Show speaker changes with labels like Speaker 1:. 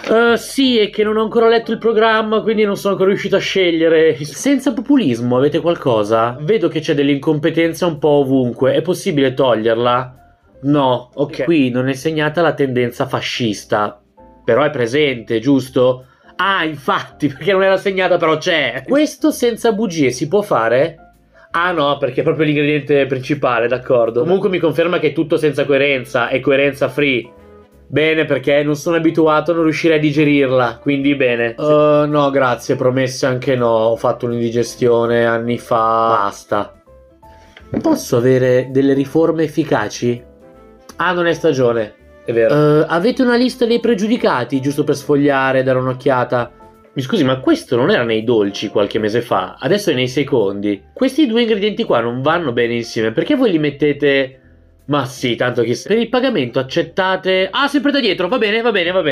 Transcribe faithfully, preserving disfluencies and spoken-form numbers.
Speaker 1: Uh, sì, è che non ho ancora letto il programma, quindi non sono ancora riuscito a scegliere. Senza populismo, avete qualcosa? Vedo che c'è dell'incompetenza un po' ovunque. È possibile toglierla? No, ok. Okay. Qui non è segnata la tendenza fascista. Però è presente, giusto? Ah, infatti, perché non era segnata, però c'è. Questo senza bugie si può fare? Ah no, perché è proprio l'ingrediente principale, d'accordo. Comunque mi conferma che è tutto senza coerenza, è coerenza free. Bene, perché non sono abituato, non riuscirei a digerirla, quindi bene. Uh, no, grazie, promesse anche no, ho fatto un'indigestione anni fa. Basta. Posso avere delle riforme efficaci? Ah, non è stagione, è vero. Uh, avete una lista dei pregiudicati, giusto per sfogliare, dare un'occhiata? Mi scusi, ma questo non era nei dolci qualche mese fa, adesso è nei secondi. Questi due ingredienti qua non vanno bene insieme, perché voi li mettete... Ma sì, tanto che... Per il pagamento accettate... Ah, sempre da dietro, va bene, va bene, va bene.